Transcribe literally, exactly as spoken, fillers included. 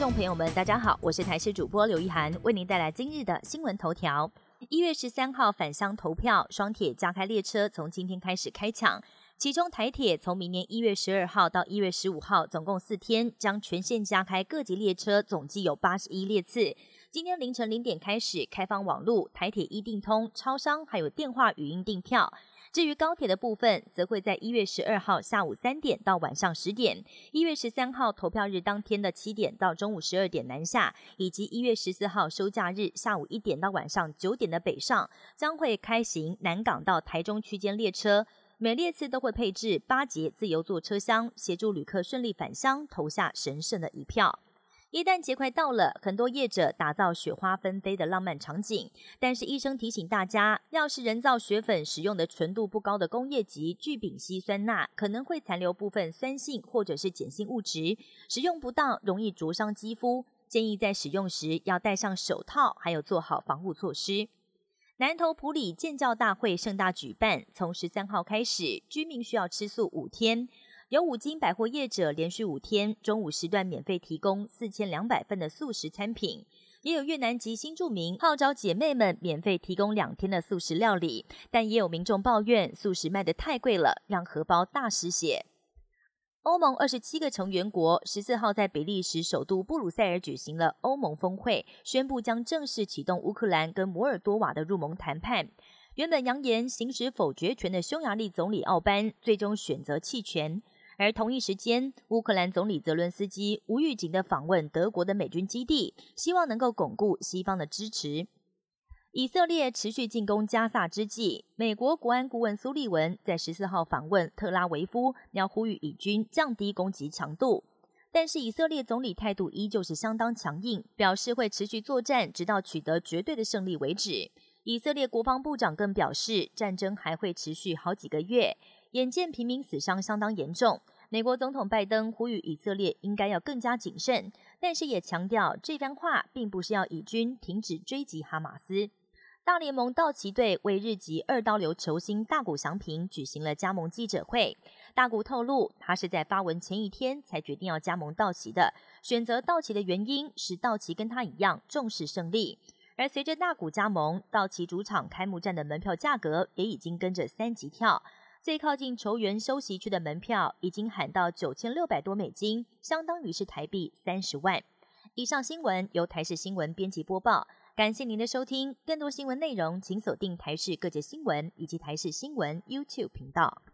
众朋友们，大家好，我是台视主播刘一涵，为您带来今日的新闻头条。一月十三号返乡投票，双铁加开列车从今天开始开抢，其中台铁从明年一月十二号到一月十五号，总共四天，将全线加开各级列车，总计有八十一列次。今天凌晨零点开始开放网路、台铁一订通、超商还有电话语音订票。至于高铁的部分，则会在一月十二号下午三点到晚上十点，一月十三号投票日当天的七点到中午十二点南下，以及一月十四号收假日下午一点到晚上九点的北上，将会开行南港到台中区间列车。每列次都会配置八节自由座车厢，协助旅客顺利返乡，投下神圣的一票。耶诞节快到了，很多业者打造雪花纷飞的浪漫场景，但是医生提醒大家，要是人造雪粉使用的纯度不高的工业级聚丙烯酸钠，可能会残留部分酸性或者是碱性物质，使用不当容易灼伤肌肤，建议在使用时要戴上手套，还有做好防护措施。南投埔里建教大会盛大举办，从十三号开始，居民需要吃素五天。有五金百货业者连续五天中午时段免费提供四千两百份的素食餐品，也有越南籍新住民号召姐妹们免费提供两天的素食料理，但也有民众抱怨素食卖得太贵了，让荷包大失血。欧盟二十七个成员国十四号在比利时首都布鲁塞尔举行了欧盟峰会，宣布将正式启动乌克兰跟摩尔多瓦的入盟谈判。原本扬言行使否决权的匈牙利总理奥班最终选择弃权。而同一时间，乌克兰总理泽伦斯基无预警地访问德国的美军基地，希望能够巩固西方的支持。以色列持续进攻加萨之际，美国国安顾问苏利文在十四号访问特拉维夫，要呼吁以军降低攻击强度。但是以色列总理态度依旧是相当强硬，表示会持续作战，直到取得绝对的胜利为止。以色列国防部长更表示，战争还会持续好几个月。眼见平民死伤相当严重，美国总统拜登呼吁以色列应该要更加谨慎，但是也强调这番话并不是要以军停止追击哈马斯。大联盟道奇队为日籍二刀流球星大谷翔平举行了加盟记者会。大谷透露，他是在发文前一天才决定要加盟道奇的，选择道奇的原因是道奇跟他一样重视胜利。而随着大谷加盟，道奇主场开幕战的门票价格也已经跟着三级跳。最靠近球员休息区的门票已经喊到九千六百多美金，相当于是台币三十万。以上新闻由台视新闻编辑播报，感谢您的收听。更多新闻内容，请锁定台视各界新闻以及台视新闻 YouTube 频道。